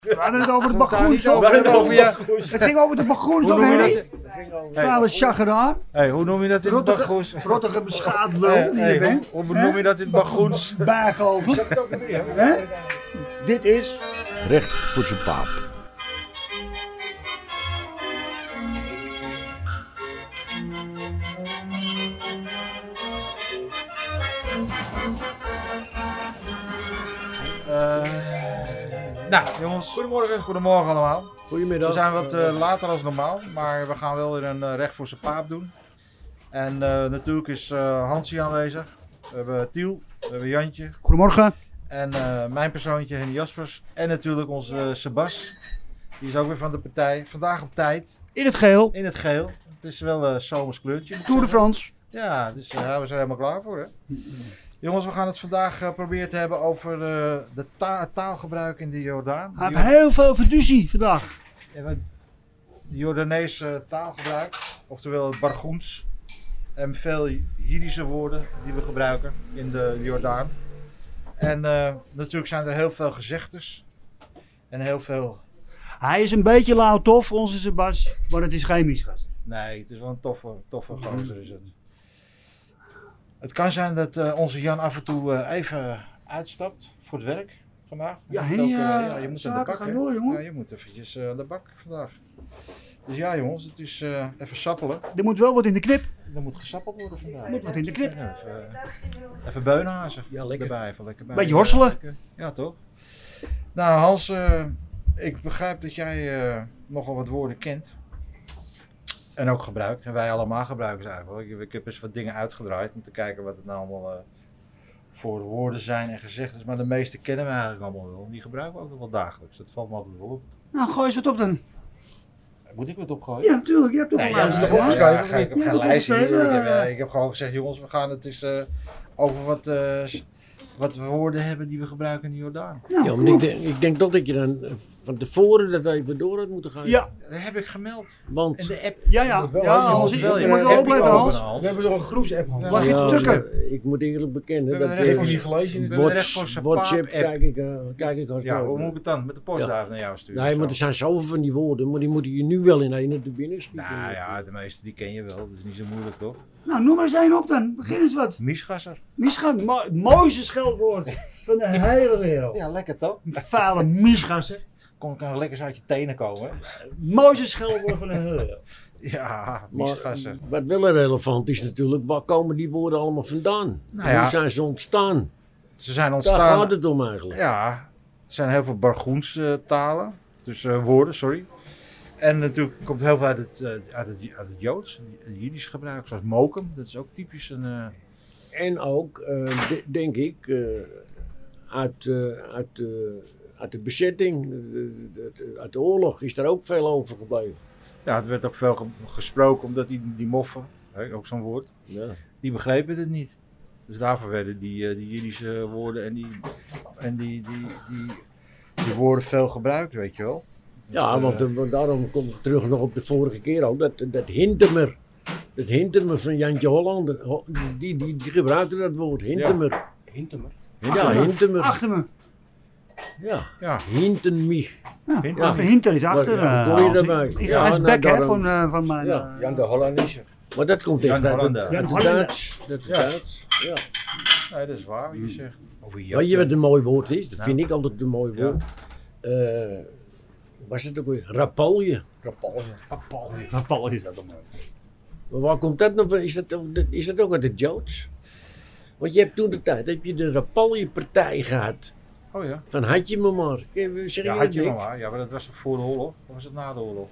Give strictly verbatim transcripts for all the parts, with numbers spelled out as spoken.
We hadden het over de bagoens, toch? We hadden het over, ja. Het ging over de bagoens, toch, Henry? Vader Chageraar. Hey, hoe noem je dat in het bagoens? Rottige beschaafd lul Hey, die hey, je bent. hoe, hoe noem je dat in het bagoens? Bijgeloven. Hè? Dit is... Recht voor zijn paap. Uh, nou jongens, goedemorgen. Goedemorgen allemaal. Goedemiddag. We zijn wat uh, later als normaal, maar we gaan wel weer een uh, recht voor zijn paap doen. En uh, natuurlijk is uh, Hansie aanwezig. We hebben Tiel, we hebben Jantje. Goedemorgen. En uh, mijn persoontje Henny Jaspers. En natuurlijk onze uh, Sebas. Die is ook weer van de partij. Vandaag op tijd. In het geel. In het geel. Het is wel een uh, zomers kleurtje. Tour de France. Ja, dus uh, we zijn helemaal klaar voor, hè. Jongens, we gaan het vandaag uh, proberen te hebben over uh, de ta taalgebruik in de Jordaan. We hebben heel veel verduzie vandaag. De Jordaanese taalgebruik, oftewel het Bargoens. En veel Jiddische woorden die we gebruiken in de Jordaan. En uh, natuurlijk zijn er heel veel gezegdes. En heel veel... Hij is een beetje lauw tof, onze Sebas, maar het is geen misgas. Nee, het is wel een toffe, toffe gozer is het. Het kan zijn dat uh, onze Jan af en toe uh, even uitstapt voor het werk vandaag. Ja, je, he, ook, uh, uh, ja, je moet aan de bak, gaan door, jongen. Ja, je moet eventjes uh, aan de bak vandaag. Dus ja jongens, het is uh, even sappelen. Er moet wel wat in de knip. Er moet gesappeld worden vandaag. Er moet wat in de knip. Ja, even, uh, even beunhazen. Ja, lekker. Erbij, even lekker bij. Beetje horselen. Ja, toch? Nou Hans, uh, ik begrijp dat jij uh, nogal wat woorden kent. En ook gebruikt. En wij allemaal gebruiken ze eigenlijk. Ik, ik heb eens wat dingen uitgedraaid om te kijken wat het nou allemaal uh, voor woorden zijn en gezegdes. Maar de meeste kennen we eigenlijk allemaal wel. Die gebruiken we ook nog wel dagelijks. Dat valt me altijd wel op. Nou, gooi eens wat op dan. Moet ik wat opgooien? Ja, natuurlijk. Je hebt toch Nee, een ja, lijstje ja, ja, gewoon. ja, ga ik heb geen lijstje hier. Ik heb, uh, ik heb gewoon gezegd, jongens, we gaan het eens uh, over wat, uh, wat woorden hebben die we gebruiken in de Jordaan. Nou, Ja, maar ik denk, ik denk toch dat je dan van tevoren dat even door had moeten gaan. Ja, Dat heb ik gemeld. In Want de app. ja, ja. moet wel, Ja, je Hans, moet je wel, moet je wel moet opletten, appie Hans. openen, We hebben toch een groepsapp, Hans? Mag je ja, tukken? ik moet eerlijk bekennen We dat hebben Ik er heb uh, hem niet gelezen. We hebben inderdaad. recht voor zijn WhatsApp paap-app. kijk ik, uh, kijk ik als Ja, hoe moet ik het dan? Met de postduif naar jou sturen? Nee, of maar zo? er zijn zoveel van die woorden, maar die moeten je nu wel in één te binnen schieten. Nou ja, de meeste die ken je wel. Dat is niet zo moeilijk, toch? Nou, noem maar eens één op dan. Begin eens wat. Miesgasser. Misgaan. Mo mooiste scheldwoord van de hele wereld. Ja, lekker toch? Vuile misgassen. Kon kan lekker eens uit je tenen komen. Hè? Mooiste scheldwoord van de hele wereld. Ja, Maar miesgasser. wat wel relevant is natuurlijk, waar komen die woorden allemaal vandaan? Nou ja. Hoe zijn ze ontstaan? Ze zijn Daar ontstaan. gaat het om eigenlijk. Ja, het zijn heel veel Bargoens uh, talen. Dus uh, woorden, sorry. En natuurlijk komt heel veel uit het, uh, uit het, uit het Joods, het Jiddisch gebruik, zoals mokum. Dat is ook typisch een... Uh... En ook, uh, de, denk ik, uh, uit, uh, uit, uh, uit de bezetting, de, de, de, uit de oorlog is daar ook veel over gebleven. Ja, het werd ook veel ge gesproken omdat die, die moffen, hè, ook zo'n woord, Ja. die begrepen het niet. Dus daarvoor werden die, uh, die Jiddische woorden en, die, en die, die, die, die woorden veel gebruikt, weet je wel. Ja, Dat, want, uh, uh, want daarom kom ik terug nog op de vorige keer ook, dat, dat Hintermer, dat Hintermer van Jantje Hollander, ho- die, die, die gebruikte dat woord, Hintermer. Hintermer. Ja, Hintermer. Achter me. Ja, Ja, Hintenmich. Ja, Hinter. achter, hinter is achter. Ja, eh, hoor je Hans. daarbij? Ik- ik- Ja, Hij is nou, back hè, daarom- van, uh, van mijn... Ja. uh, Jan de Hollandische. Maar dat komt Jan echt uit het, Hollander. uit Jan het Hollander. Duits. Dat is Ja. Duits. Ja. nee, dat is waar wat je zegt. Over Weet je wat een mooi woord is? Dat Nou. vind ik altijd een mooi Ja. woord. Eh was het ook weer? Rapalje. Rapalje. Rapalje. Rapalje is dat dan mooi. Maar waar komt dat nog van? Is dat, ook- is dat ook uit het Joods? Want je hebt toen de tijd heb je de Rapalje-partij gehad. Oh ja. Van had je me maar. Zeg je Ja, dat had je niet? maar maar. Ja, maar dat was toch voor de oorlog? Of was het na de oorlog?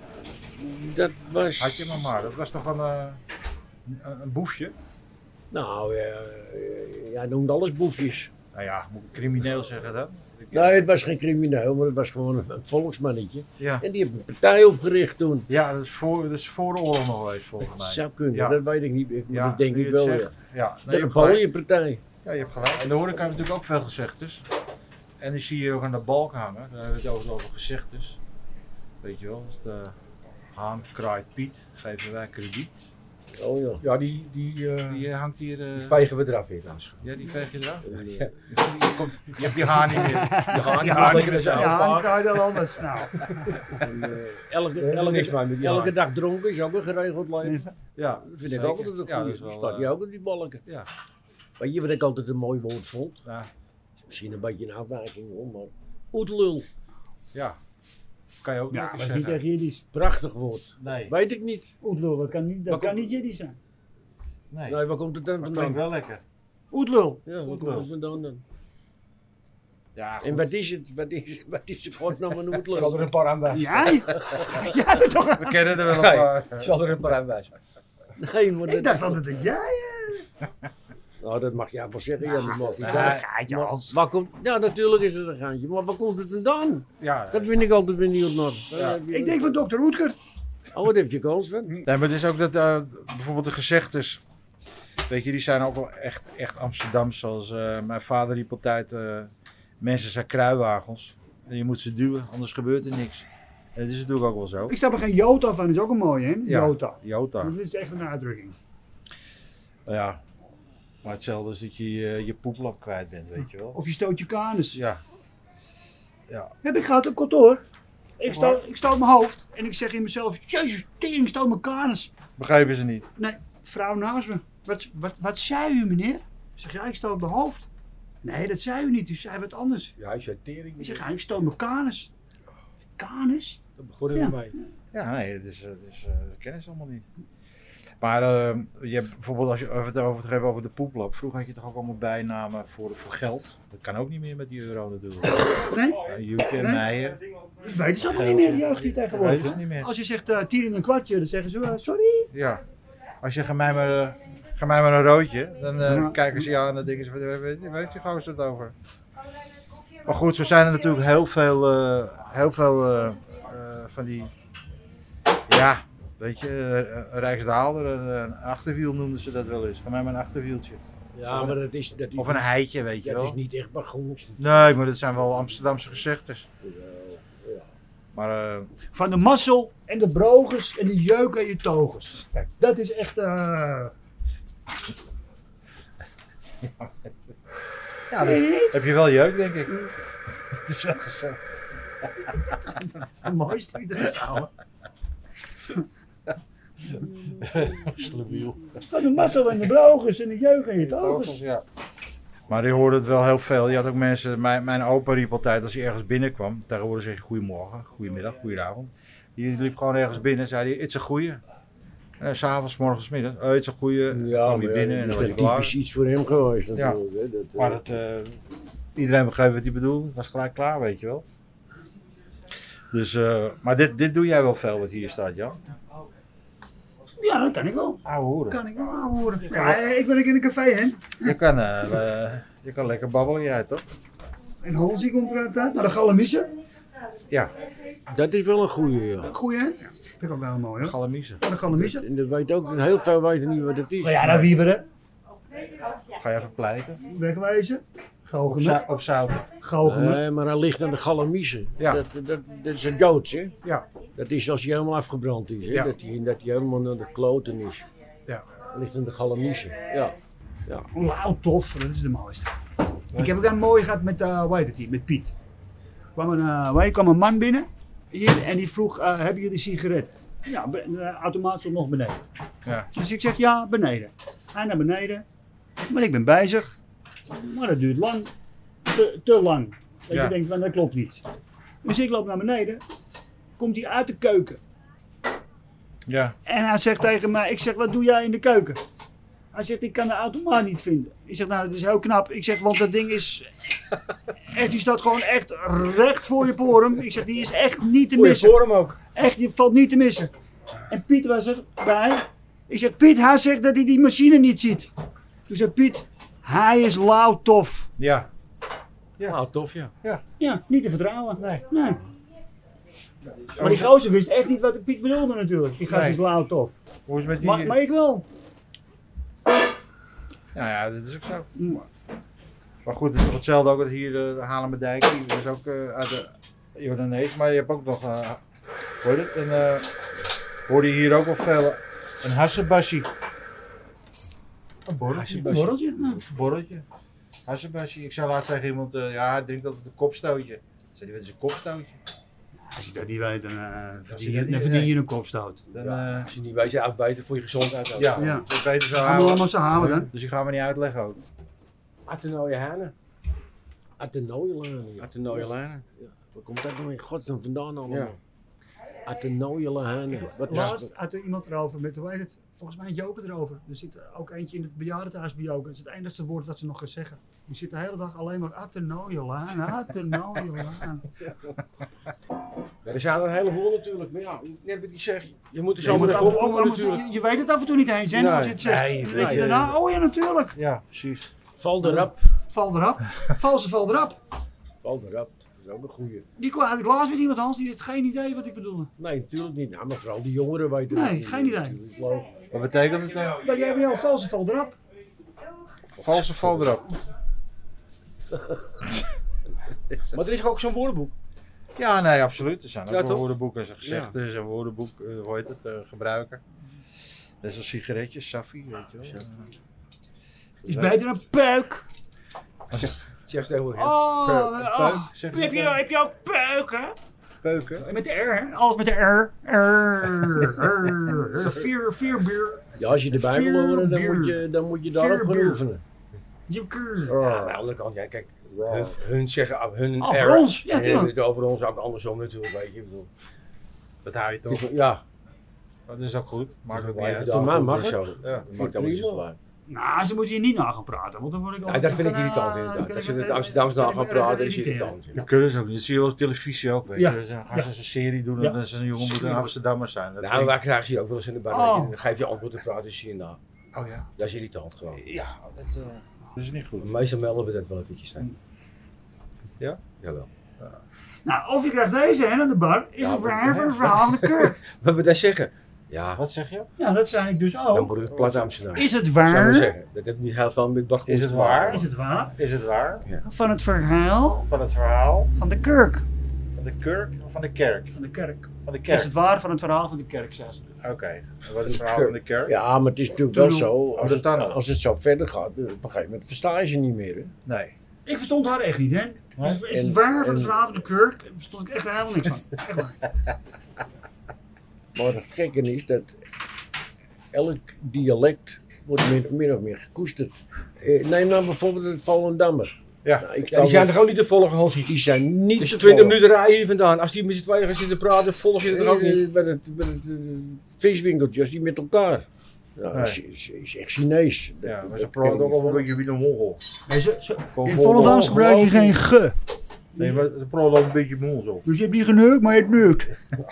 Dat was... Had je maar maar. Dat was toch een, uh, een, een boefje? Nou, ja, jij noemt alles boefjes. Nou ja, moet ik crimineel zeggen dan? Ik- Nee, het was geen crimineel, maar het was gewoon een, een volksmannetje. Ja. En die heeft een partij opgericht toen. Ja, dat is voor, dat is voor de oorlog nog geweest volgens Dat mij. zou kunnen, Ja. dat weet ik niet. Ik, Ja, dat denk nu ik je het wel, zegt. ja. Ja, nee, De je hebt gelijk. Rapalje-partij. Ja, je hebt gelijk. En de horeca heeft natuurlijk ook veel gezegdes. En die zie je ook aan de balk hangen. Daar hebben we het over, over gezegdes. Weet je wel, als de haan kraait Piet, geven wij krediet. Oh ja. Ja, die, die, eh, Die eh, hangt hier... eh, die vegen we eraf weer trouwens. ja, die veeg je eraf. Ja. Je, komt, je hebt je haar niet meer. Die gaan Die niet gaan lekker niet naar zijn Ja, oude dan vaart. kan je dat anders. Nou, En, eh, elke, Eh, elke, niks meer met die elke haar. dag dronken is ook een geregeld leven. Ja, Dat vind zeker. ik ook altijd een Ja, goede. dat is wel, Die staat eh, hier ook op die balken. Ja. Weet je wat ik altijd een mooi woord vond? Ja. Misschien een beetje een afwijking hoor, maar oetlul. Ja. Kan je ook ja, nog dat eens is niet zeggen. echt Jiddisch. Prachtig woord. Nee. Weet ik niet. Oetlul, dat kan niet, dat Wat kan komt- niet Jiddisch zijn. Nee. Nee, waar komt het dan Dat klinkt vandaan? wel lekker. Oetlul. Ja, waar Oetlul. komt het vandaan dan? Ja, goed. En wat is het? Wat is, wat is het godsnaam een Ik zal er oetlul? een paar aanwijzen. Jij? Jij bent toch... We kennen er wel een Nee, paar. ik zal er een paar aanwijzen. Nee, maar Ik dat dacht is altijd toch... dat jij... Nou, dat mag jij wel zeggen. Ja, dat mag Ja, ik dat wel. gaat je Maar als... waar komt... Ja, natuurlijk is het een gaantje. Maar waar komt het vandaan? Ja. Dat ben ik altijd benieuwd naar. Ja. Ik denk van dokter Oetker. Oh, wat heb je kans van? Nee, maar het is ook dat eh, bijvoorbeeld de gezegdes, weet je, die zijn ook wel echt, echt Amsterdams. Zoals eh, mijn vader riep altijd, eh, mensen zijn kruiwagens. En je moet ze duwen, anders gebeurt er niks. En dat is natuurlijk ook wel zo. Ik snap er geen Jota van, dat is ook een mooie, hè? Ja. Jota. Jota. Dat is echt een uitdrukking. Ja. Maar hetzelfde is dat je je, je poeplap kwijt bent, weet je wel. Of je stoot je kanus. Ja. Ja. Heb ik gehad op kantoor. Ik stoot, ik stoot mijn hoofd en ik zeg in mezelf, jezus, tering, ik stoot mijn kanus. Begrijpen ze niet. Nee, vrouw naast me. Wat, wat, wat zei u, meneer? Ik zeg, ja, ik stoot mijn hoofd. Nee, dat zei u niet, u zei wat anders. Ja, hij zei tering. Ik zeg, ja, ik stoot mijn kanus. Kanus? Daar begonnen Ja. we mee. Ja, nee, het is, het is, eh, dat kennen ze allemaal niet. Maar eh, je hebt bijvoorbeeld als je het over het hebben over de poeplap. Vroeger had je toch ook allemaal bijnamen voor, voor geld. Dat kan ook niet meer met die euro natuurlijk. Nee? Ja, Juke, Nee. Meijer. Dat weten ze allemaal niet meer, de jeugd die Dat tegenwoordig. weten ze niet meer. Als je zegt uh, tien in een kwartje, dan zeggen ze, uh, sorry. Ja. Als je ga mij maar, uh, ga mij maar een roodje, dan uh, Ja. kijken ze je aan en dan denken ze, waar weet waar heeft die gozer het over? Maar goed, zo zijn er natuurlijk heel veel, uh, heel veel uh, uh, van die, ja, weet je, uh, Rijksdaalder, een achterwiel noemden ze dat wel eens. Ga mij maar een achterwieltje. Ja, maar dat is... Dat is Of een heitje, weet je dat wel. is niet echt bargoens. Nee, maar dat zijn wel Amsterdamse gezegdes. Ja. Maar uh, Van de mazzel en de brogers en de jeuk en je togers. Kijk, dat is echt... Uh... ja, dat heb je wel jeuk, denk ik. Het is wel gezellig. dat is de mooiste die er is, ouwe. Slabiel. Van de mazzel en de brogers en de jeuk en je togers. Ja. Maar die hoorde het wel heel veel. Je had ook mensen, mijn, mijn opa riep altijd als hij ergens binnenkwam. Tegenwoordig zeg je goedemorgen, goedemiddag, goedenavond. Die liep gewoon ergens binnen en zei hij, het is een goeie. En s'avonds, morgens, middag, oh, het is een goeie. Ja, Dan kwam maar hij binnen ja, en dat dan is was dat hij typisch klaar. iets voor hem geweest Ja. natuurlijk. Hè. Dat, Maar eh, dat, uh, iedereen begreep wat hij bedoelde. Het was gelijk klaar, weet je wel. Dus, uh, maar dit, dit doe jij wel veel wat hier staat, Jan. Ja, dat kan ik wel. Ouwe hoeren. Kan ik wel aanhoren. Ja, ik ben in een café, hè. Je kan, uh, uh, je kan lekker babbelen, jij toch? En Hansie komt eruit uit, naar de Galamiezen. Ja, dat is wel een goeie, ja. Goeie, hè? Ja, vind ik ook wel mooi, hè. galamiezen. Naar de Galamiezen. En dat weet ook, heel veel weten niet wat het is. Ja, naar Wieberen. Ga je even pleiten? Wegwijzen. Op, Goochelen. za- op zouten. Goochelen. Nee, maar hij ligt aan de Galamiezen. Ja. Dat, dat, dat is een Joods, hè? Ja. Dat is als hij helemaal afgebrand is, hè? Ja. Dat, hij, dat hij helemaal naar de kloten is. Ja. Hij ligt aan de Galamiezen. Ja. Lauw tof, dat is de mooiste. Ik heb ook een mooi gehad met, uh, hoe heet het hier, met Piet. Kwam een, uh, waar kwam een man binnen hier en die vroeg, uh, hebben jullie sigaretten? Ja, be- de automaat stond nog beneden. Ja. Dus ik zeg ja, beneden. Hij naar beneden, maar ik ben bezig. Maar dat duurt lang, te, te lang. Dat Ja. je denkt van dat klopt niet. Dus ik loop naar beneden, komt hij uit de keuken. Ja. En hij zegt tegen mij, ik zeg, wat doe jij in de keuken? Hij zegt, ik kan de automaat niet vinden. Ik zeg, nou, dat is heel knap. Ik zeg, want dat ding is... Echt, die staat gewoon echt recht voor je porum. Ik zeg, die is echt niet te Voor je missen. vorm ook. Echt, die valt niet te missen. En Piet was erbij. Ik zeg, Piet, hij zegt dat hij die machine niet ziet. Toen zei Piet, hij is lauw tof. Ja. Ja, nou, tof, ja. Ja, niet te vertrouwen. Nee. Nee. Maar die gozer wist echt niet wat Piet bedoelde natuurlijk. Die gast Nee. is lauw tof. Hoe is het met die... Maar, maar ik wel. Ja, ja, dat is ook zo. Maar goed, het is toch hetzelfde ook als hier uh, de Haarlemmerdijk. Die is ook uh, uit de Jordanees. Maar je hebt ook nog... Uh, hoe heet het? En, uh, hoorde je hier ook wel veel... Een hassenbassie. Een borreltje. Een borreltje. Ja. Een borreltje. Hassebasje. Ik zei laatst tegen iemand, uh, ja, hij drinkt altijd een kopstootje. Zei die, wat is een kopstootje? Als je dat niet weet, dan, uh, verdien, je je, dat dan niet verdien weet. je een kopstoot. Dan, Ja, uh, als je niet weet, je uitbijten voor je gezondheid. ook. ja, Ja. dat is beter zo Allemaal houden. allemaal zo houden dan. Dus die gaan we niet uitleggen ook. Attenooie hanen. Uit de Nooielanen. Ja. Attenooie lijnen. Ja. Waar komt dat nou in godsnaam vandaan allemaal? Ja. Uit de Nooielanen. Wat is Laatst dat? had er iemand erover, met hoe heet het, volgens mij een joker erover. Er zit ook eentje in het bejaardentehuis bij joker. Dat is het enigste woord dat ze nog gaan zeggen. Die zit de hele dag alleen maar Attenooielaan, Attenooielaan. Ja, er zijn er een heleboel natuurlijk. Maar ja, net wat ik zeg, je moet er Je, zo moet maar af even en toe- opkomen af en toe- natuurlijk. je weet het af en toe niet eens, hè? Nee. Als je het zegt, Nee, dan weet nee, je daarna, oh ja natuurlijk. Ja, precies. Val erop. Val erop. Valse val erop. Val erop. Dat is ook een goeie. Die kwam had ik laatst met iemand Hans, die heeft geen idee wat ik bedoelde. Nee, natuurlijk niet. Nou, maar vooral die jongeren weten Nee, dat niet. geen idee. Natuurlijk, geloof ik. Wat betekent het dan? Maar jij hebt jou valse val erop. Valse val erop. Maar er is ook zo'n woordenboek. Ja, nee, absoluut. Er zijn ook Ja, wel toch? woordenboeken, zijn gezegden, er zijn woordenboek, uh, hoe heet het, uh, gebruiken. Net zoals sigaretjes, saffie, weet je wel. Is beter dan peuk. Zeg tegenwoordig. Oh, Peuk, oh. zeggen ze Heb je, dan. heb je ook peuken? Peuken. Met de R, hè? Alles met de R. R, R, R. Vier, vier bier. Ja, als je de Bijbel Vier hoort, dan bier. moet je, dan moet je daarop Vier gaan bier. oefenen. Joker. Ja, aan de andere kant, ja, kijk, hun, hun zeggen af, hun Over era, ons, ja, en tuurlijk. het over ons, ook andersom natuurlijk, weet je. Ik bedoel, Dat hou je het is, toch? ja, Dat is ook goed. Maakt ook niet maar uit. Voor mij mag het. zo. Ja. Dat maakt allemaal niet Prima. zoveel uit. Nou, ze moeten hier niet na gaan praten. Want dan word ik Ja, dat vind ik dan, irritant eh, inderdaad. dan kan Als ik ze me- het Amsterdams na kan ik gaan me erg praten, is irriteren. irritant. Dat kunnen ze ook niet. Dat zie je wel op televisie ook. Weet je. Ja. Dan gaan Ja. ze een serie doen en Ja. dan is een jongen moet een Amsterdammer zijn. Dat Nou, denk- wij krijgen ze ook wel eens in de bar. Oh. Dan geef je antwoord en praten ze je na. Oh ja. Dat is irritant gewoon. Ja, dat, uh, dat is niet goed. Meestal melden we dat wel eventjes. Hè. Ja? Jawel. Nou, of je krijgt deze hè, aan de bar, is Ja, een maar- verhaal van een verhaal van de kurk. Wat we dat zeggen? Ja, Wat zeg je? Ja, dat zei ik dus dan ook. wordt het plat Amsterdam. Is het Zou ik waar? zeggen. Dat heeft niet heel veel met Bach Is het te waar? maken. Is het waar? Is het waar? Van het verhaal Van het verhaal van de kurk. van de kurk of van de kerk? Van de kerk. Van de Is kerk. het waar van het verhaal van de kerk, zei ze. Oké. En wat is het verhaal van de kerk? Ja, maar het is natuurlijk wel Tunnel. zo. Als de het, tunnel. als het zo verder gaat, op een gegeven moment versta je ze niet meer. Hè? Nee. Ik verstond haar echt niet, hè? Nee? Is, is het En- waar van en- het verhaal van de kurk? Daar verstond ik echt helemaal niks van. Echt waar. Maar het gekke is dat elk dialect wordt min, min of meer gekoesterd. Eh, neem nou bijvoorbeeld het Volendammer. Ja. Nou, ik Ja, die sta zijn toch ook niet te volgen, Hansie? die zijn niet Het is te twintig volgen. minuten rijden hier vandaan. Als die met z'n tweeën gaan zitten praten, volg je het er ook niet. Eh, Bij het, bij het eh, viswinkeltje, als die met elkaar. Ja, Nee. is, is, is echt Chinees. Dat- Ja, maar dat ze kan praten ik ook niet wel een beetje wie de Mongol. Nee, ze, ze, Kom in vol- Volendams vol- gebruik je geloof geen ge. Nee, maar ze praten ook een beetje Mongols op. Dus je hebt niet geneukt, maar je hebt neukt.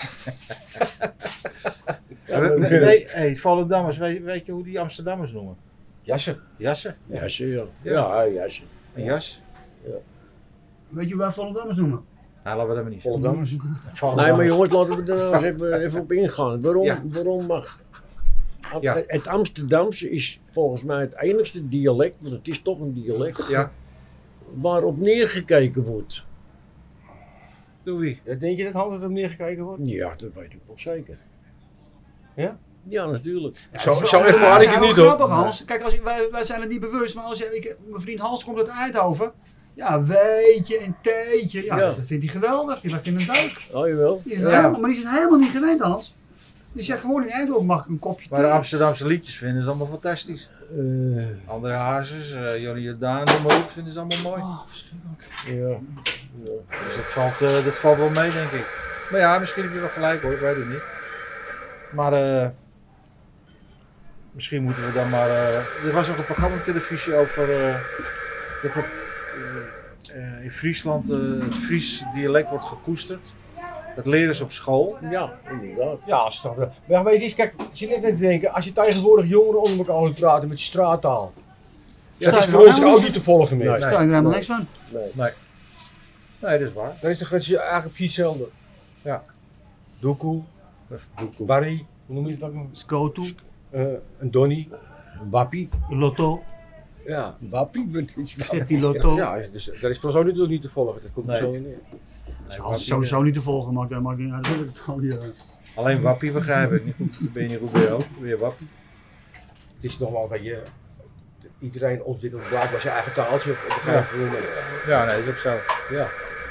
Ja, Nee, maar- nee, hey, Volendammers, weet, weet je hoe die Amsterdammers noemen? Jassen. Jassen? Ja, ze, ja. Ja. Ja, ja, ze. Een jas? Weet je hoe wij Volendammers noemen? Nou, laten we dat maar niet zeggen. Volendammers. Nee, Volendammers. maar jongens, laten we er nou eens even, even op ingaan. Waarom, Ja. waarom mag... Ja. Het Amsterdamse is volgens mij het enigste dialect, want het is toch een dialect, Ja, waarop neergekeken wordt. doe wie? Ja, denk je dat altijd op neergekeken wordt? Ja, dat weet ik wel zeker. Ja? Ja, natuurlijk. Zo, Ja, zo dat ervaar is ik het heel niet hoor. grappig, Hans. Kijk, als je, wij, wij zijn het niet bewust, maar als je, ik, mijn vriend Hans komt uit Eindhoven. Ja, weetje en teetje. Ja, Ja. dat vindt hij geweldig. Die lag in een duik. Oh, jawel. Die is Ja. helemaal, maar die is het helemaal niet gewend, Hans. Die zegt gewoon in Eindhoven mag ik een kopje Maar de thee. Amsterdamse liedjes vinden ze allemaal fantastisch. Eh, André Hazes, uh, Johnny Jordaan, noem maar op, vinden ze allemaal mooi. Oh, verschrikkelijk. ja. Ja. Dus dat valt, eh, dat valt wel mee, denk ik. Maar ja, misschien heb je wel gelijk hoor, ik weet het niet. Maar eh, misschien moeten we dan maar... eh, er was ook een programma op televisie over... eh, dat er, eh, eh, in Friesland eh, het Fries dialect wordt gekoesterd. Dat leren ze op school. Ja, inderdaad. Ja, is toch wel. Maar ja, weet je, eens, kijk, ik zit net aan te denken, als je tegenwoordig jongeren onder elkaar moet praten met straattaal. Ja, dat is ja, voor ons ja, toch ook ja. niet te volgen meer. Daar sta ik er helemaal niks van. Nee. Nee. Nee, dat is waar. Dat is toch dat je eigenlijk vier hetzelfde. Ja. Doekoe, Barry, hoe noem je het ook nog? Skotu, Eh, een Donny, Wappie. Lotto, ja. Wappie, wat is Setti Lotto. Ja, dus dat is voor ons ook natuurlijk niet te volgen. Dat komt Nee. er zo in neer. Nee, Als het sowieso niet te volgen mag, dan mag ik niet. Dat is al die, eh, Alleen Wappie begrijp ik niet goed. Dan ben je niet goed bij je ook. Weer Wappie. Het is nogmaals, weet je, iedereen ontwikkelt blijkbaar zijn eigen taaltje op een gegeven moment. Ja, nee, dat is ook zo. Ja.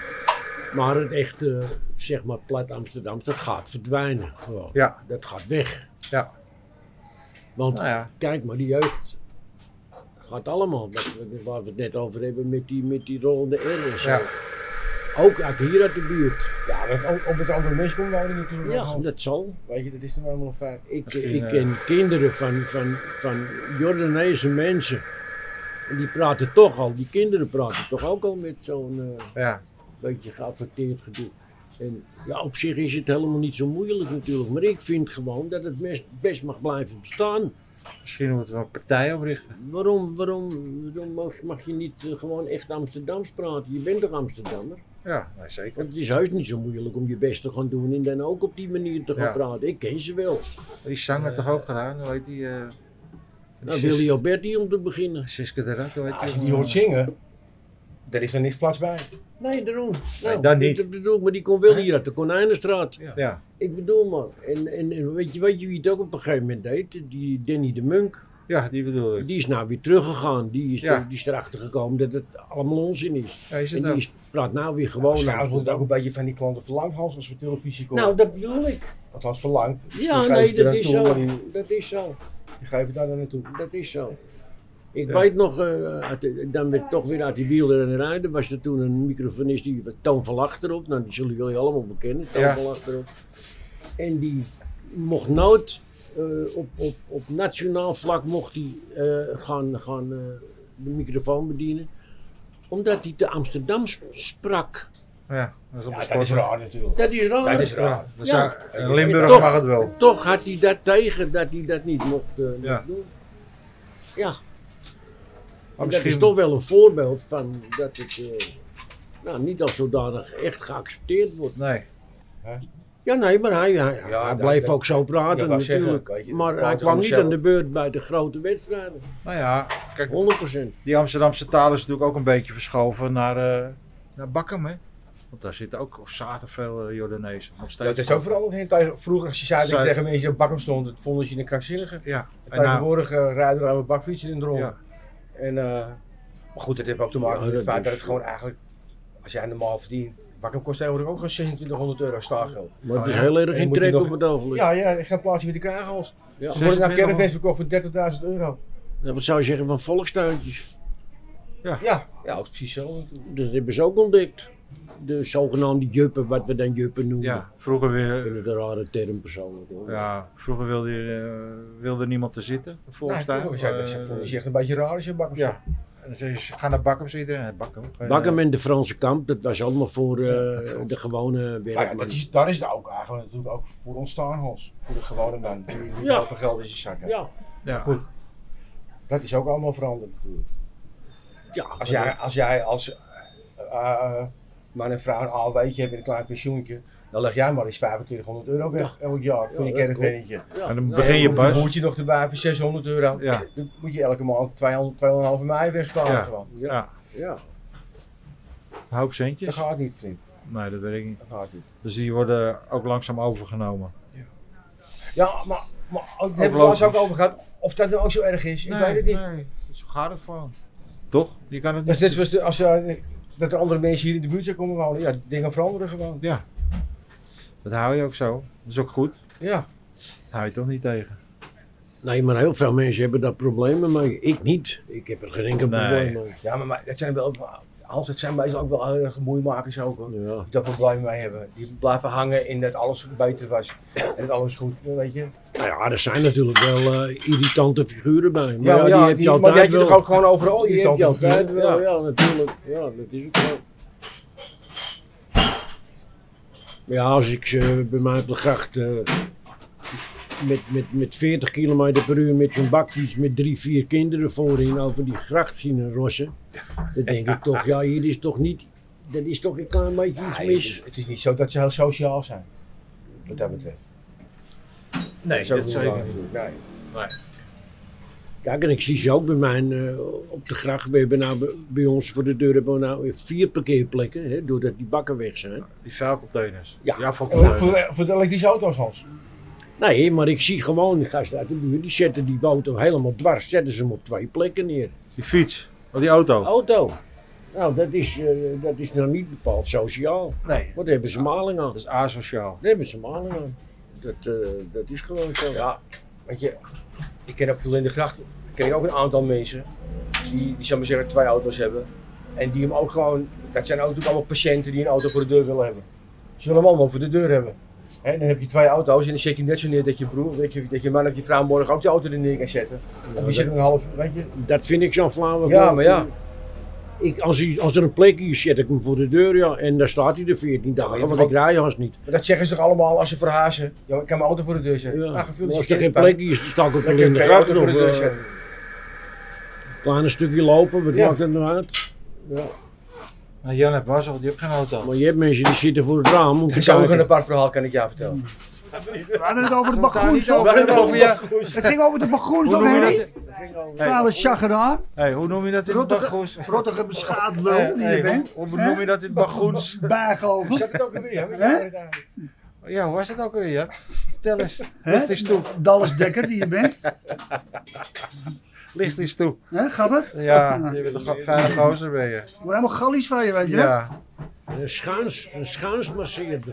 Maar het echte, zeg maar, plat Amsterdam, dat gaat verdwijnen. Gewoon. Ja. Dat gaat weg. Ja. Want Nou ja. kijk maar, die jeugd gaat allemaal, wat we, waar we het net over hebben met die, met die rollende R en zo. Ja. Ook uit hier uit de buurt. Ja, maar ook, ook met andere mensen komen wonen natuurlijk. Ja, wel. dat zal. Weet je, dat is toch helemaal een feit. Ik, Misschien, ik eh, ken kinderen van, van, van Jordaanese mensen. En die praten toch al, die kinderen praten toch ook al met zo'n uh, Ja. beetje geaffecteerd gedoe. En ja, op zich is het helemaal niet zo moeilijk natuurlijk. Maar ik vind gewoon dat het best, best mag blijven bestaan. Misschien moeten we een partij oprichten. Waarom, waarom, waarom mag, mag je niet uh, gewoon echt Amsterdams praten? Je bent toch Amsterdammer? Ja, nee, zeker. Want het is heus niet zo moeilijk om je best te gaan doen en dan ook op die manier te gaan Ja. praten. Ik ken ze wel. Die zang heeft toch ook gedaan, hoe heet die? Uh, Nou, Willy Alberti om te beginnen. Siske de Rat, hoe heet Nou, als die? je die hoort zingen, daar is er niks plaats bij. Nee, daarom. Nee, Nou, dat niet. Dat bedoel ik, maar die komt wel hier uit de Konijnenstraat. Ja. Ja. Ik bedoel maar. En, en, en weet, je, weet je wie het ook op een gegeven moment deed? Die Danny de Munk. Ja, die bedoel ik. Die is nou weer teruggegaan. Die is, Ja. er, die is erachter gekomen dat het allemaal onzin is. Ja, is En het die ook? is, praat nou weer gewoon. Trouwens wordt het ook Amsterdam. een beetje van die klanten verlangd, Hans, als we televisie komen. Nou, dat bedoel ik. Althans verlangd. Ja, Die nee, geven er dat aan is toe, zo. maar Die, Dat is zo. die geven daar dan naartoe. Dat is zo. Ik Ja. weet nog, uh, uit de- dan werd toch weer uit die wielrennerij. Er was er toen een microfonist, die Toon van Achterop. Nou, die zullen jullie allemaal bekennen, Toon Ja. van Achterop. En die mocht nooit uh, op, op, op nationaal vlak mocht hij uh, gaan, gaan uh, de microfoon bedienen. Omdat hij te Amsterdam sp- sprak. Ja, dat is op Ja, de dat is sport. raar natuurlijk. Dat is raar. Dat is raar. Ja, dat is Ja. ja. In Limburg Toch- mag het wel. Toch had hij dat tegen, dat hij dat niet mocht uh, Ja. mocht doen. Ja. Maar En dat is misschien, toch wel een voorbeeld van dat het uh, nou, niet als zodanig echt geaccepteerd wordt. nee. Ja, nee, maar hij, hij, Ja, hij dat- bleef dat- ook zo praten Ja, wou natuurlijk. zeggen, weet je, maar praat hij er kwam om niet zelf. aan de beurt bij de grote wedstrijden. Nou ja, kijk, honderd procent. die Amsterdamse taal is natuurlijk ook een beetje verschoven naar, uh, naar Bakkum, hè. Want daar zitten ook, of zaten veel uh, Jordanezen. Nog Ja, steeds. dat is ook veranderd. hè. Tegen- Vroeger als je zei dat je Zei- tegen mensen die op bakken stond, dat vonden ze een krankzinnige. Ja. En nou, Tegenwoordig uh, rijden er aan een bakfietsen in de rond. ja. En, uh, maar goed, dat heeft ook te maken Ja, met het dat feit dat is- het gewoon eigenlijk, als jij normaal verdient, bakken kost tegenwoordig ook gewoon zesentwintighonderd euro staargeld. Maar het Oh, is ja. heel erg En in moet je trek nog- op het ogenblik. Ja, ja, ik ga een plaatsje met de kragenhals. Ja. Dan wordt het naar zesentwintig Caravan verkocht voor dertigduizend euro. Ja, wat zou je zeggen van volkstuintjes? Ja, ja, dat is precies zo natuurlijk. Dat hebben ze ook ontdekt. De zogenaamde juppen, wat we dan juppen noemen. Ja, vroeger, Ik weer, vind het een rare term persoonlijk. Hoor. ja, vroeger wilde, je, uh, wilde niemand te zitten. Nee, Volkstaan. vroeger was jij- dat Uh, is echt een beetje raar als je bakken ja. En dan zei je, ga naar Bakkum, zei iedereen. Bakkum. Ga je- Bakkum en de Franse kamp, dat was allemaal voor uh, Ja, de gewone Maar ja, werkman. dat is, daar is het ook eigenlijk natuurlijk ook voor ontstaan, Hans. Voor de gewone man. Die niet Ja. heel veel geld in zijn zak heeft. Ja, Ja. Goed. Dat is ook allemaal veranderd natuurlijk. ja. Als jij als, jij als uh, uh, man en vrouw een A W'tje hebt met een klein pensioentje, dan leg jij maar eens vijfentwintighonderd euro weg elk jaar voor Ja, je dat caravannetje. Ja, En dan nou, begin je ja, Dan pas. moet je nog erbij voor zeshonderd euro. Ja. Dan moet je elke maand tweehonderd, tweehonderdhalve mei wegsparen Ja. gewoon. Ja, Ja. ja. Een hoop Dat centjes. gaat niet, vriend. Nee, dat weet ik niet. Dat gaat niet. Dus die worden ook langzaam overgenomen. Ja, maar, maar ook, daar hebben we het logisch. laatst ook over gehad. Of dat nou ook zo erg is, ik weet het niet. Nee, zo gaat het gewoon. Toch? Je kan het Dat is niet. net zoals de, als, uh, dat er andere mensen hier in de buurt zijn komen wonen. Ja, dingen veranderen gewoon. Ja. Dat hou je ook zo. Dat is ook goed. Ja. Dat hou je toch niet tegen. Nee, maar heel veel mensen hebben daar problemen mee. Ik niet. Ik heb er geen enkel Nee. probleem mee. Ja, maar, maar dat zijn wel, Hans, dat zijn meestal ook wel heel erg moeimakers ook hoor. Ja. Die daar problemen mee hebben. Die blijven hangen in dat alles beter was. En dat alles goed, weet je. Nou ja, er zijn natuurlijk wel uh, irritante figuren bij. Maar Ja, ja, maar, die ja, heb die, je maar die altijd heb je wel. toch ook gewoon overal Die heb je irritant altijd wel, ja. ja, natuurlijk. Ja, dat is ook zo. Maar ja, als ik ze bij mij op de gracht uh, met, met, met veertig kilometer per uur met zo'n bakfiets met drie, vier kinderen voorin over die gracht zien rossen, dan denk ik toch, ja, hier is toch niet, dat is toch een klein beetje iets Nee, het, mis. is, het is niet zo dat ze heel sociaal zijn. Wat dat betreft. Nee, Zo dat niet zeker waar niet. natuurlijk. Nee. Kijk, en ik zie ze ook bij mij uh, op de gracht. We hebben nou bij, bij ons voor de deur hebben we nou vier parkeerplekken, hè, doordat die bakken weg zijn. Die vuilcontainers. Ja. Die En afvalcontainers. voor, voor de elektrische auto's, Hans. Nee, maar ik zie gewoon die gasten uit de buurt, die zetten die auto helemaal dwars, zetten ze hem op twee plekken neer. Die fiets. Of die auto. Auto. Nou, dat is, uh, dat is nou niet bepaald sociaal. Nee. Want daar hebben ze maling aan. Dat is asociaal. Daar hebben ze maling aan. Dat, uh, dat is gewoon zo. Ja, weet je, ik ken ook in de gracht, ik ken ook een aantal mensen die, die zou maar zeggen, twee auto's hebben. En die hem ook gewoon, dat zijn ook natuurlijk allemaal patiënten die een auto voor de deur willen hebben. Ze willen hem allemaal voor de deur hebben. He, dan heb je twee auto's en dan zet je net zo neer dat je broer, dat je, dat je man of je vrouw morgen ook die auto er neer kan zetten. Ja, of je zet hem een half, weet je. Dat vind ik zo'n flauwe. Ja, maar ja. Ik, als, hij, als er een plekje is, zet ik hem voor de deur, ja. En daar staat hij er veertien Ja, dagen, maar want je ik rij haast niet. Maar dat zeggen ze toch allemaal als ze verhazen. Ja, ik kan mijn auto voor de deur zetten. Ja. Ah, Maar gevuld als er geen plekje is, dan sta ik ook wel in de gracht nog. Uh, een klein stukje lopen, wat Ja. maakt het nou uit? Ja. Nou, Jan heeft mazzel, die heeft geen auto. Maar je hebt mensen die zitten voor het raam om Dat te is ook nog een kijken. apart verhaal, kan ik jou vertellen. We hadden het over de Komt daar bagoens. niet toch? over, het over je... Het ging over de bagoens, Hoe toch, noem je Henry? dat? Vuile chageraar. Hey, hoe noem je dat in het Rottige, bagoens? rottige beschaafd lul Hey, die hey, je bent. Hoe hoe noem je dat in het bagoens? Bijgeloven. Zet het ook alweer, hè? Hè? Ja, hoe was het ook alweer, Jan? Vertel eens. Hè? Licht eens toe. Dallas Dekker die je bent. Licht eens toe. Hè, Gabber? Ja, je bent een ga- fijne gozer ben je. Ik word helemaal gallies van je, weet je dat? Ja. Een schuins, een schuinsmasseerder.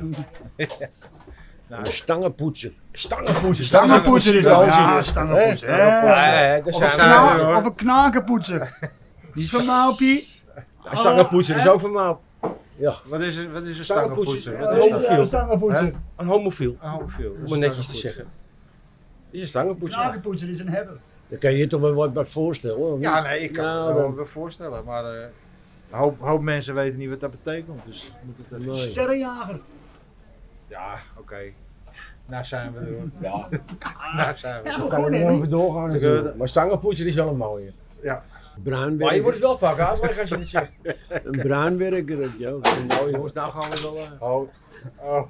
Een stangenpoetser. Stangenpoetsen. Stangenpoetser is dat. Stangenpoetser. Ja, stangenpoetser. hè. Ja, dat Of een, zijn kna- we, hoor. of een knakenpoetser. Die is van Maupie. we. Stangenpoetser is ook van mij. Ja, Wat is, een- wat is een Stangenpoetser. stangenpoetser? Ja, Wat dat is is dat? veel. Een stangenpoetser. een homofiel. Een homofiel. Om het netjes te zeggen. Die is een stangenpoetser. Knakenpoetser is een hebber. Dan kan je je toch wel wat, wat voorstellen hoor. Ja, nee, ik kan Nou, me wel dan- wel voorstellen, maar eh, een hoop, hoop mensen weten niet wat dat betekent, dus moet het er Nee. Sterrenjager. Ja, oké. Nou zijn we er hoor. Ja, Nou zijn we er. Ja, kan gewoon er nog Henry. even doorgaan natuurlijk. Maar stangenpoetser is wel een mooie. Ja. Bruinwerker. Maar je wordt het wel vaak uitleggen als je het zegt. Een bruinwerker, dat ja. Nou jongens, nou gaan we wel... eh, Oh, oh.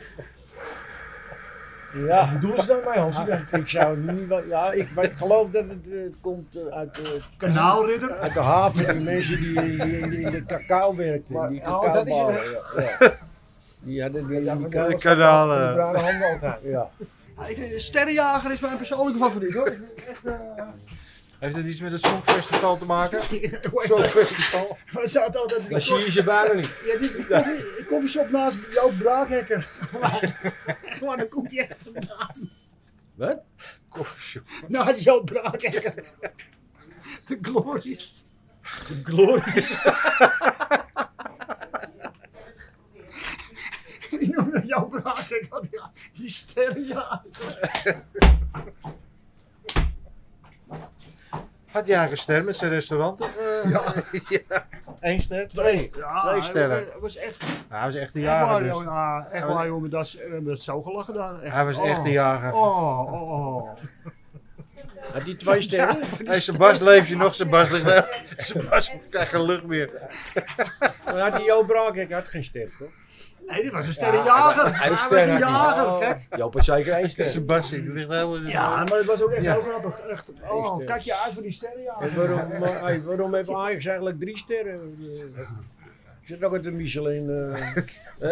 Ja. Hoe doen ze dat mij, Hans? Ik zou het niet wel, ja, ik, maar ik geloof dat het eh, komt eh, uit, eh, Kanaalridder. uit de haven, die mensen die, die in, de, in de cacao werkten. Maar- die oh, cacao dat is het, balen, ja, ja. Die hadden die, Ja, die, van kan- de- kanalen. van de bruine handen altijd. ja. Ja, ik vind- Sterrenjager is mijn persoonlijke favoriet hoor. Ik vind het echt, eh, Heeft het iets met het Songfestival te maken? Hoe heet Songfestival? dat? We zaten altijd... Dan zie je ze bijna niet. Ja, die die koffie, die koffieshop naast jouw braakhekker. Maar dan komt hij echt vandaan. Wat? Koffieshop. Naast jouw braakhekker. De glorious. Glorious. Die noemde jouw braakhekker. Die, die sterrenjager. Had hij eigenlijk een ster met zijn restaurant? Of, eh? Ja. Ja. Eén ster? Twee. Ja, Twee sterren. Het was echt, Nou, hij was echt een echt waar, jager dus. jongen. Ja, echt waar, jongen. Dat is, we hebben het zo gelachen daar. Echt. Hij was echt een jager. Oh, oh, oh. Had die twee sterren? Hé, Sebas, leef je nog? Sebas ligt wel. Sebas krijgt geen lucht meer. Maar had die Joop Braak, had geen ster toch? Nee, dit was een sterrenjager. hij- hij Hij was was een sterren. jager, Oh. gek. Joop had zeker één ster. Sebas, die ligt helemaal in de... Ja, maar het was ook echt Ja. heel grappig. Echt, oh, ster. kijk je uit voor die En sterrenjager. waarom, maar, hey, waarom heeft Ajax eigenlijk drie sterren? Eh, Is het ook uit de Michelin? eh, hè?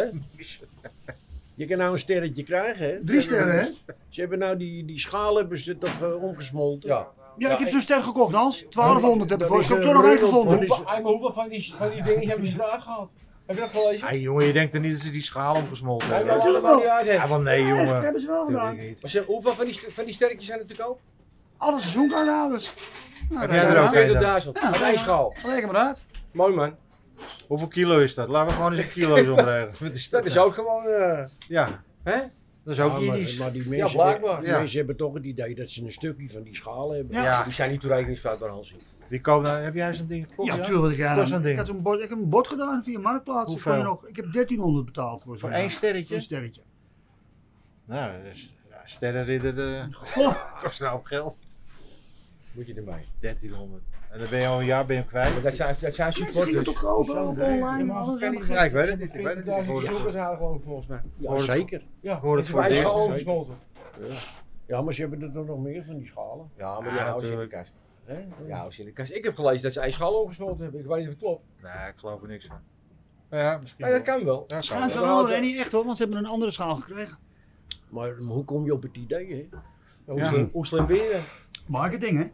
Je kan nou een sterretje krijgen, hè? Drie sterren, hè? Ze hebben nou die, die schaal hebben ze toch eh, omgesmolten. Ja. Ja, ik heb zo'n ster gekocht, Hans. twaalfhonderd heb ik Dan voor. is Ik heb er er nog één een gevonden. is- Hoeveel, maar hoeveel van die, van die dingen hebben ze eruit gehaald? Heb je dat gelezen? Hey, jongen, je denkt er niet dat ze die schaal omgesmolten Nee, hebben. maar allemaal niet uit Ja, hebben. wel nee, Echt, jongen. hebben ze wel gedaan. Tuurlijk niet. Maar zeg, hoeveel van die, st- van die sterretjes zijn er te koop? Alle seizoenkaarthouders. Nou, Heb daar jij zijn er we. ook een? veertigduizend. Ja, Op ja. één schaal. Reken maar uit. Mooi man. Hoeveel kilo is dat? Laten we gewoon eens een kilo's omregelen. Wat is Dat is ook gewoon... eh Ja, hè? dat is ook Ja, maar, Jiddisch. maar die Ja, mensen, blijkbaar. die Ja. mensen hebben toch het idee dat ze een stukje van die schaal hebben. Ja. Ja, Die zijn niet toerekeningsfout Hansie. die komen nou, heb jij zo'n ding gekocht? Ja, tuurlijk. Ik, Kost zo'n ik, ding? had zo'n bod, ik heb een bod gedaan via Marktplaats. Ik, kon je Hoeveel? nog, ik heb dertienhonderd betaald voor, Voor zo'n- één sterretje? Een sterretje. Nou, dat is, ja, sterrenridder eh, kost nou op geld. Moet je ermee. dertienhonderd. En dan ben je al een jaar ben je hem kwijt. Maar dat zijn, dat zijn Mensen gingen supporters. toch kopen Zo, op nee. online. Ja, maar alles dat kan helemaal Ja, ik weet het niet. Ik weet het niet. Ik veertigduizend hoor het- bezoekers halen gewoon volgens mij. Ja, Hoor het- zeker. Ja, hoor het is voor voor het één eerst. schaal omgesmolten. Ja, maar ze hebben er toch nog meer van die schalen. Ja, maar Ja, die houden ze in de natuurlijk. kast. Hè? Ja, houden ze in de kast. Ik heb gelezen dat ze één schaal omgesmolten hebben. Ik weet niet of het klopt. Nee, ik geloof er niks van. Ja, ja misschien Nee, dat wel. kan wel. Ja, Schijnt kan wel wel. wel, hè, niet echt hoor, want ze hebben een andere schaal gekregen. Maar hoe kom je op het idee, hè? Hoe Ja. slim- Hoe slim ben je? Marketing, hè?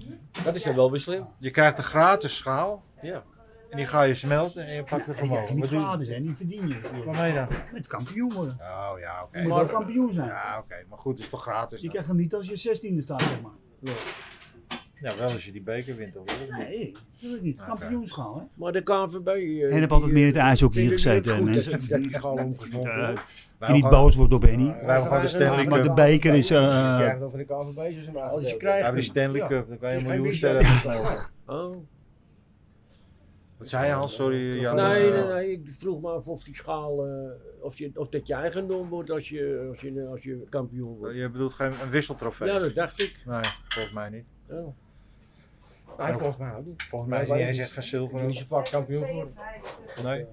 Dat is dan wel weer slim. Je krijgt een gratis schaal Ja. en die ga je smelten en je pakt er En die krijg je gewoon. niet Wat doe je? gratis, hè? Die verdien je. Wat meen je dan? Met kampioen worden. Oh ja, oké. Je moet wel kampioen zijn. Ja, oké. Maar goed, het is toch gratis Je dan? krijgt hem niet als je zestiende staat, zeg maar. Ja, wel als je die beker wint, toch? wel? Nee, dat wil ik niet. Oké. Kampioenschaal, hè? Maar de K N V B... eh, En heb altijd meer in het ijshockey vinden gezeten, het goed mensen. Dat, dat die gewoon omgezond Uh, wordt. Wij je niet gewoon- boos wordt op Benny. Wij hebben gewoon de Stanley Maar de Cup. beker is... Je eh krijgt dan van de K N V B zo'n maar Als je We krijgt... hebben die Stanley Ja. Cup, dan kan je een Geen miljoen wie- sterren versmelten. Oh. Wat zei je Hans? Sorry. Jan. Nee, Eh, nee, nee, ik vroeg me af of die schaal, eh, of, je, of dat je eigendom wordt als je, als je, als je kampioen wordt. Je bedoelt geen een wisseltrofee? Ja, dat dacht ik. Nee, volgens mij niet. Oh. Nee, volgens mij ook niet. Volgens mij is Maar niet wij- eens echt van zilver. Niet zo vaak kampioen geworden. Nee.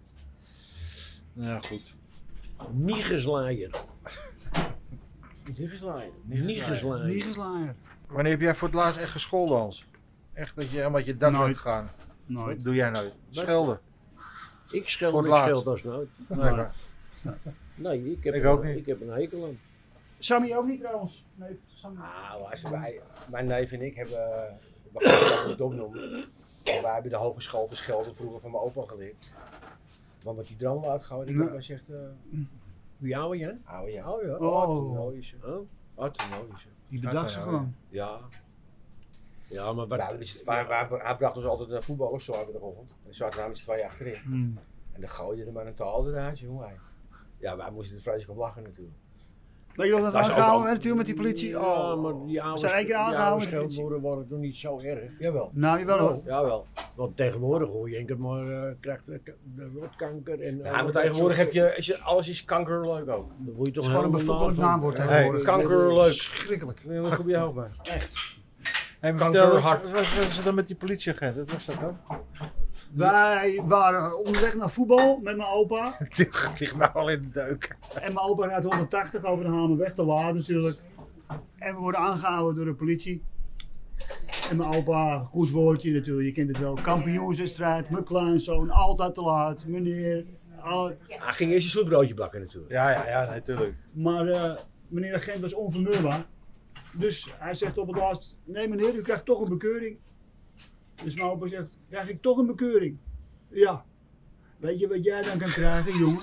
Ja, goed. Niegeslaaier. Niet geslagen. Niegeslaaier. Niegeslaaier. Wanneer heb jij voor het laatst echt gescholden, Hans? Echt dat je helemaal uit je dak Nooit. bent gegaan? Nooit. Dat doe jij nooit. Schelden? Ik scheld Voor met het laatst. scheld als nooit. Nee, maar- Nee, ik heb, Ik een- ook niet. ik heb een hekel aan. Sammy ook niet trouwens. Nee, Sammy. Nou, luister, wij, mijn neef en ik hebben, we gaan het niet opnoemen, maar wij hebben de hogeschool verschilden vroeger van mijn opa geleerd. Want wat die droom uitgehouden, ik Ja. heb maar zegt, uh, Wie ouwe jij? ouwe ja. Oh ja. Oh. Toernooien. Oh. Oh, toernooien. Die bedacht ze gewoon. Ja. Ja, maar wat... Nou, dus, wij, wij, hij bracht ons altijd naar voetballers zo de grond. En zaten we met z'n tweeën achterin. Hmm. En dan gooide er maar een taal eruit, jongen. Ja, wij moesten er vreselijk om lachen natuurlijk. Weet je nog dat we Was ook aangehouden al- werden toen met die politie? Ja, Oh. maar die oude, zijn één keer die oude aangehouden met de politie. scheldwoorden waren toch niet zo erg. Jawel. Nou, jawel hoor. Jawel. Want tegenwoordig hoor je enkel maar uh, krijgt de, de rotkanker en... Ja, maar tegenwoordig heb je, is je, alles is kankerleuk ook. Dan word je toch Het is gewoon een helemaal bevoeglijk van- naamwoord Hey, tegenwoordig. Kankerleuk. Schrikkelijk. Wil je wat op je hoofd man? Hey, maar Kanker vertel eens, hard. wat wat was het dan met die politieagent? Wat was dat dan? Wij waren onderweg naar voetbal met mijn opa. Het ligt nou al in de deuk. En mijn opa rijdt honderdtachtig over de Hamerweg, te laat natuurlijk. En we worden aangehouden door de politie. En mijn opa, goed woordje natuurlijk, je kent het wel. Kampioenswedstrijd, mijn kleinzoon, altijd te laat, meneer. Al... Hij ging eerst een zoetbroodje bakken natuurlijk. Ja, ja, ja, natuurlijk. Maar eh, meneer de agent was onvermurbaar. Dus hij zegt op het laatst, nee meneer, u krijgt toch een bekeuring. Dus mijn opa zegt, krijg ik toch een bekeuring? Ja. Weet je wat jij dan kan krijgen, jongen?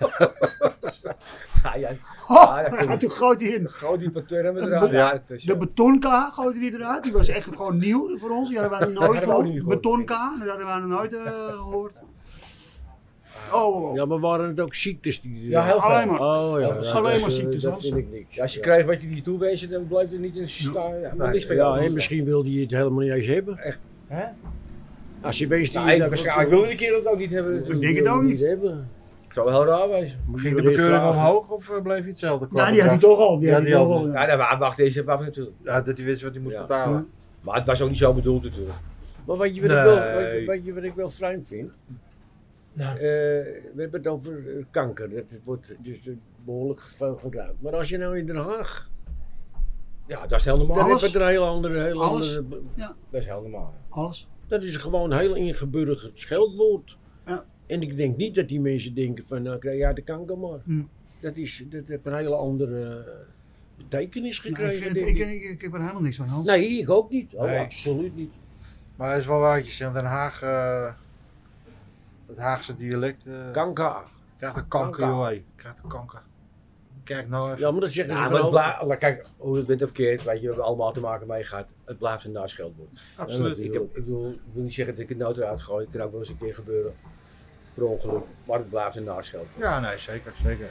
Ja, ja. Oh, Ja, dat kun je- en toen gooit hij in. Groot die pateur hebben we Een eruit. be- Ja, het is, De betonka gooide hij eruit. Die was echt gewoon nieuw voor ons. Die hadden wij nog nooit hadden we ook niet gehoord. gehoord. Betonka, dat hadden wij nog nooit eh, gehoord. Oh, Ja, maar waren het ook ziektes die... Ja, heel veel. alleen maar. Oh ja, Heel ja, veel. Alleen dat, maar eh, ziektes, dat Hans. vind ik niks. Ja, als je kreeg wat je niet toewezen, dan blijft er niet in staan. Ja, maar Nee, niks van Ja, jou. en misschien wilde je het helemaal niet eens hebben. Hè? Als je wees die... Nou, ik, dat- waarschijnlijk wilde die kerel het ook niet hebben. Ik natuurlijk. denk het ook niet. hebben. Het zou wel heel raar wezen. Ging de bekeuring omhoog of eh, bleef hij hetzelfde? qua Nou, die had hij bedrag? toch al. Die Ja, had hij die toch had al. dus- ja. Ja, daar wacht deze even af natuurlijk. Ja, dat hij wist wat hij moest Ja. betalen. Maar het was ook niet zo bedoeld natuurlijk. Maar wat je, wat, Nee. ik wel, wat, je- wat, je, wat ik wel vreemd vind. Nou. Eh, we hebben het over eh, kanker. Dat het wordt dus eh, behoorlijk veel gebruikt. Maar als je nou in Den Haag. Ja, dat is heel normaal. Dan heb Alles. je een hele andere. Hele Alles. andere Dat is heel normaal. Alles. dat is gewoon een heel ingeburgerd scheldwoord. Ja. En ik denk niet dat die mensen denken van nou krijg jij de kanker maar. Hm. Dat, is, dat heeft een hele andere eh, betekenis Nou, ik, gekregen. vind, denk ik, ik. ik, ik heb er helemaal niks van, Hans. Nee, ik ook niet. Oh, Nee. absoluut niet. Maar het is wel waar, je in Den Haag, eh, het Haagse dialect, eh Kanker. krijgt een kanker, Kanker. joh. hé. Krijgt een kanker. Kijk nou even. Ja, maar dat zeggen Ja, ze maar het wel. blijft, kijk, hoe het wint of keert, weet je, we hebben allemaal te maken mee gehad. Het blijft een nascheldwoord. Absoluut. Ik, heb, ik, bedoel, ik wil niet zeggen dat ik het nooit eruit gooi, het kan ook wel eens een keer gebeuren. Per ongeluk. Maar het blijft een nascheldwoord. Ja, nee, zeker, zeker.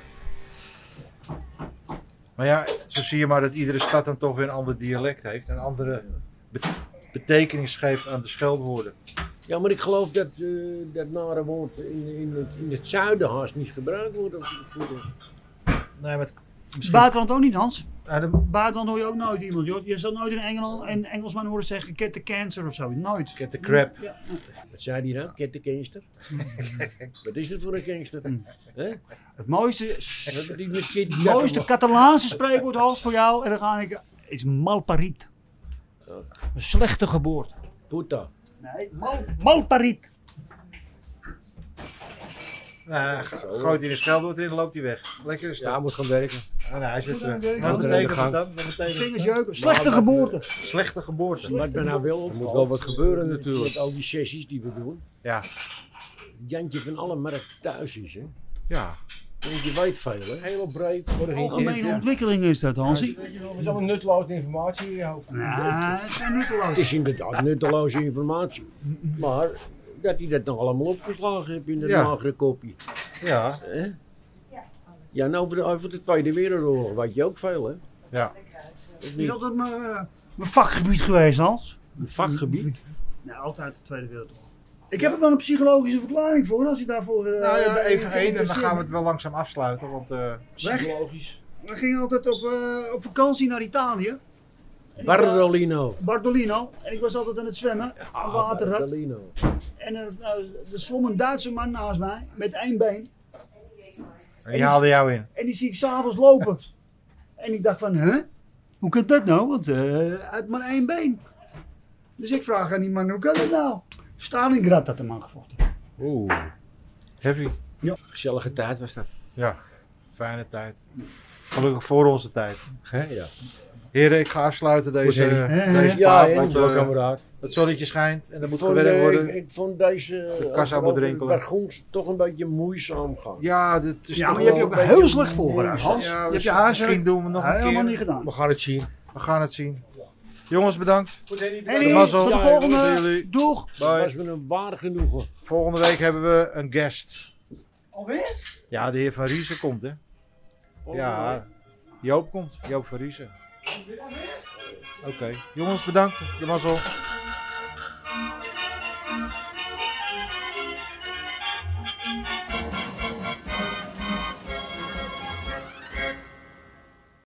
Maar ja, zo zie je maar dat iedere stad dan toch weer een ander dialect heeft. En andere be- betekenis geeft aan de scheldwoorden. Ja, maar ik geloof dat eh, dat nare woord in, in, het, in het zuiden haast niet gebruikt wordt. Of, voor de- Nee, met Buitenland ook niet, Hans. ja, de, Buitenland hoor je ook nooit iemand. joh. Je zal nooit in Engeland een Engelsman horen zeggen, get the cancer of zo. Nooit. get the crap. Ja. Wat zei die nou? Ket de gangster? Wat is het voor een gangster? Hè? Het mooiste, Wat heeft die met Kitty het mooiste Catalaanse spreekwoord, Hans, voor jou. En dan ga ik, is malpariet. Een slechte geboorte. Puta. Nee, mal, malpariet. Nou, go- gooit hij in een scheldwoord erin, dan loopt hij weg. Lekker is dat. Ja, hij moet gaan werken. Ah, nee, hij is weer Moet terug. aan werken. Wat Moet aan betekent de dat gang. dan? Wat betekent Vingers dat? jeuken. Slechte Maar- geboorte. Slechte geboorte. Wat me nou wel Er moet opvalt, wel wat gebeuren natuurlijk. Met al die sessies die we doen. Ja. Jantje van alle markten thuis is, hè. Ja. Want je weet veel, hè. Heel breed voor de Algemene geïnteresseerd. ontwikkeling is dat, Hansie. Het is allemaal nutteloze informatie in je hoofd. Ja, het zijn Het nutteloos. is inderdaad nutteloze informatie. Maar dat hij dat nog allemaal opgeslagen heeft in dat Ja. magere kopje. Ja. Hè? Ja, nou over de, over de Tweede Wereldoorlog weet je ook veel, hè. Ja. Of Het is niet? altijd mijn, eh, mijn vakgebied geweest, Hans. Een vakgebied. Ja, altijd de Tweede Wereldoorlog. Ik heb er wel een psychologische verklaring voor, als je daarvoor... eh, Nou ja, bij- even voor eten en dan gaan we interesseert. het wel langzaam afsluiten. Want eh, Psychologisch. We gingen altijd op, eh, op vakantie naar Italië. En ik Bardolino. was- Bartolino. En ik was altijd aan het zwemmen. Een waterrat. Bardolino. En er, nou, er zwom een Duitse man naast mij met één been. en die haalde jou in. En die zie ik s'avonds lopen. En ik dacht van, hè? Hoe kan dat nou? Want eh hij had maar één been. Dus ik vraag aan die man, hoe kan dat nou? Stalingrad had de man gevochten. Oeh. Heavy. Gezellige tijd was dat. Ja. Fijne tijd. Gelukkig voor onze tijd. Hè? Ja. Heren, ik ga afsluiten deze, Goed, Henny. deze Ja, paap. Henny. Want Dankjewel, eh, kameraad. het zonnetje schijnt en er moet Vond, gewerkt eh, worden. Ik, ik vond deze De kassa over- moet over rinkelen. Bargons toch een beetje moeizaam gaan. Ja, dit is Ja, toch maar je hebt je wel ook een heel beetje- slecht voorbereid, Hans. Ja, je we- hebt je huiswerk misschien doen we het nog een helemaal keer. niet gedaan. We gaan het zien. We gaan het zien. Jongens, bedankt. Henny, De mazzel. tot de Ja, volgende. jongens, jullie. Doeg. Dat Bye. was me een waar genoegen. Volgende week hebben we een guest. Alweer? Ja, de heer Van Riesen komt, hè? Ja, Joop komt. Joop van Riesen. Oké. Jongens, bedankt. De mazzel.